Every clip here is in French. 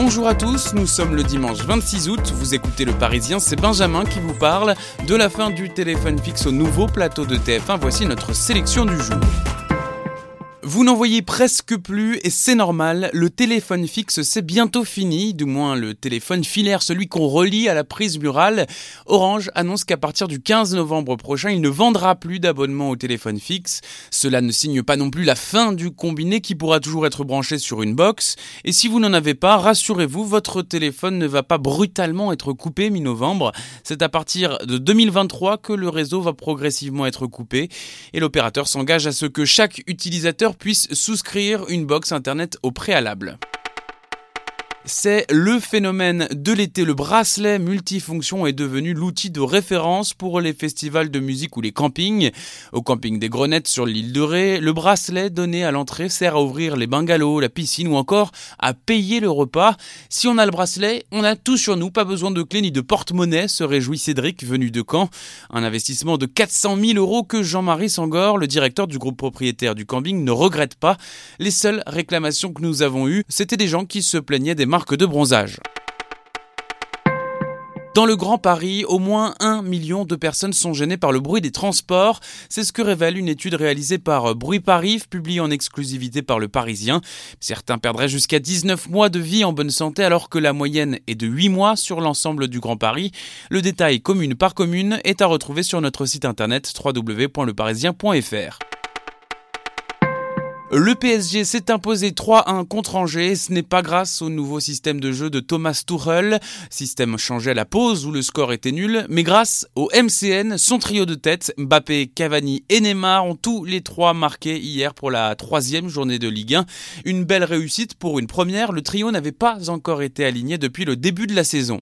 Bonjour à tous, nous sommes le dimanche 26 août, vous écoutez Le Parisien, c'est Benjamin qui vous parle. De la fin du téléphone fixe au nouveau plateau de TF1, voici notre sélection du jour. Vous n'en voyez presque plus et c'est normal, le téléphone fixe c'est bientôt fini, du moins le téléphone filaire, celui qu'on relie à la prise murale. Orange annonce qu'à partir du 15 novembre prochain, il ne vendra plus d'abonnement au téléphone fixe. Cela ne signe pas non plus la fin du combiné qui pourra toujours être branché sur une box. Et si vous n'en avez pas, rassurez-vous, votre téléphone ne va pas brutalement être coupé mi-novembre. C'est à partir de 2023 que le réseau va progressivement être coupé et l'opérateur s'engage à ce que chaque utilisateur puisse souscrire une box internet au préalable. C'est le phénomène de l'été. Le bracelet multifonction est devenu l'outil de référence pour les festivals de musique ou les campings. Au camping des Grenettes sur l'île de Ré, le bracelet donné à l'entrée sert à ouvrir les bungalows, la piscine ou encore à payer le repas. Si on a le bracelet, on a tout sur nous, pas besoin de clé ni de porte-monnaie, se réjouit Cédric, venu de Caen. Un investissement de 400 000 € que Jean-Marie Sangor, le directeur du groupe propriétaire du camping, ne regrette pas. Les seules réclamations que nous avons eues, c'était des gens qui se plaignaient des marques de bronzage. Dans le Grand Paris, au moins 1 million de personnes sont gênées par le bruit des transports. C'est ce que révèle une étude réalisée par Bruit Paris, publiée en exclusivité par Le Parisien. Certains perdraient jusqu'à 19 mois de vie en bonne santé alors que la moyenne est de 8 mois sur l'ensemble du Grand Paris. Le détail commune par commune est à retrouver sur notre site internet www.leparisien.fr. Le PSG s'est imposé 3-1 contre Angers. Ce n'est pas grâce au nouveau système de jeu de Thomas Tuchel, système changé à la pause où le score était nul, mais grâce au MCN, son trio de tête, Mbappé, Cavani et Neymar ont tous les trois marqué hier pour la 3e journée de Ligue 1. Une belle réussite pour une première, le trio n'avait pas encore été aligné depuis le début de la saison.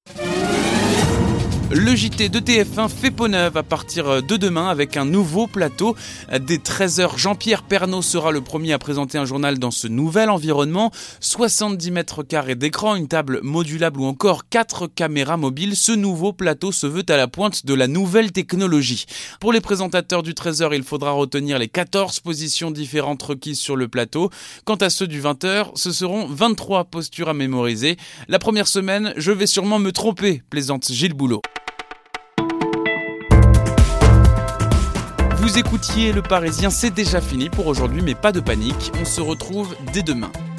Le JT de TF1 fait peau neuve à partir de demain avec un nouveau plateau. Dès 13h, Jean-Pierre Pernaut sera le premier à présenter un journal dans ce nouvel environnement. 70 mètres carrés d'écran, une table modulable ou encore 4 caméras mobiles. Ce nouveau plateau se veut à la pointe de la nouvelle technologie. Pour les présentateurs du 13h, il faudra retenir les 14 positions différentes requises sur le plateau. Quant à ceux du 20h, ce seront 23 postures à mémoriser. La première semaine, je vais sûrement me tromper, plaisante Gilles Boulot. Vous écoutiez Le Parisien, c'est déjà fini pour aujourd'hui, mais pas de panique, on se retrouve dès demain.